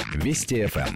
Вести ФМ.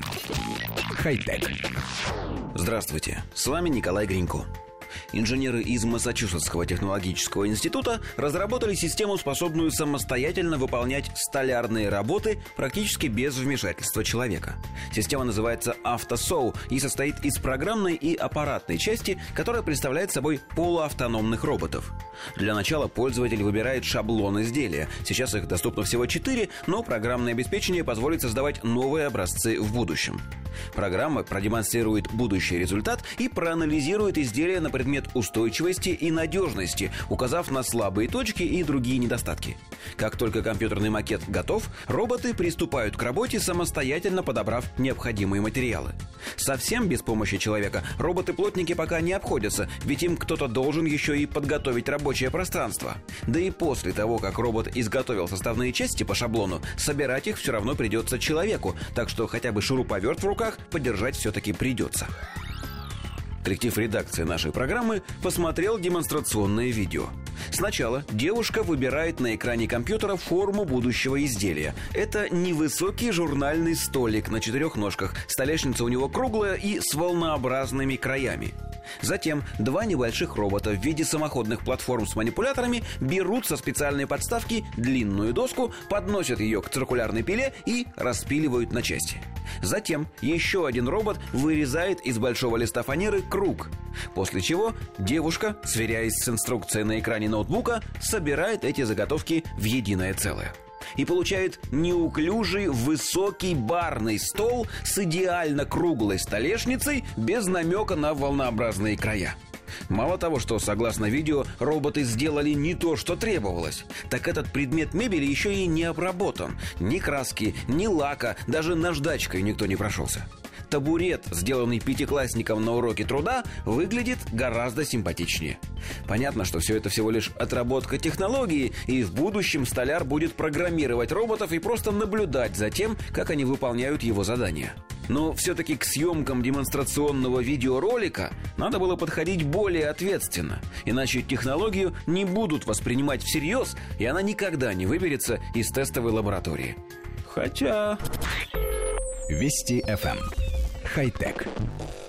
Хай-тек. Здравствуйте, с вами Николай Гринько. Инженеры из Массачусетского технологического института разработали систему, способную самостоятельно выполнять столярные работы практически без вмешательства человека. Система называется AutoSaw и состоит из программной и аппаратной части, которая представляет собой полуавтономных роботов. Для начала пользователь выбирает шаблон изделия. Сейчас их доступно всего 4, но программное обеспечение позволит создавать новые образцы в будущем. Программа продемонстрирует будущий результат и проанализирует изделие на предмет устойчивости и надежности, указав на слабые точки и другие недостатки. Как только компьютерный макет готов, роботы приступают к работе, самостоятельно подобрав необходимые материалы. Совсем без помощи человека роботы-плотники пока не обходятся, ведь им кто-то должен еще и подготовить рабочее пространство. Да и после того, как робот изготовил составные части по шаблону, собирать их все равно придется человеку, так что хотя бы шуруповерт в руках подержать все-таки придется. Коллектив редакции нашей программы посмотрел демонстрационное видео. Сначала девушка выбирает на экране компьютера форму будущего изделия. Это невысокий журнальный столик на 4 ножках. Столешница у него круглая и с волнообразными краями. Затем 2 небольших робота в виде самоходных платформ с манипуляторами берут со специальной подставки длинную доску, подносят ее к циркулярной пиле и распиливают на части. Затем еще один робот вырезает из большого листа фанеры круг, после чего девушка, сверяясь с инструкцией на экране ноутбука, собирает эти заготовки в единое целое. И получает неуклюжий высокий барный стол с идеально круглой столешницей без намека на волнообразные края. Мало того, что, согласно видео, роботы сделали не то, что требовалось, так этот предмет мебели еще и не обработан. Ни краски, ни лака, даже наждачкой никто не прошелся. Табурет, сделанный 5-классником на уроке труда, выглядит гораздо симпатичнее. Понятно, что все это всего лишь отработка технологии, и в будущем столяр будет программировать роботов и просто наблюдать за тем, как они выполняют его задания. Но все-таки к съемкам демонстрационного видеоролика надо было подходить более ответственно, иначе технологию не будут воспринимать всерьез, и она никогда не выберется из тестовой лаборатории. Хотя... Вести ФМ. Хай-тек.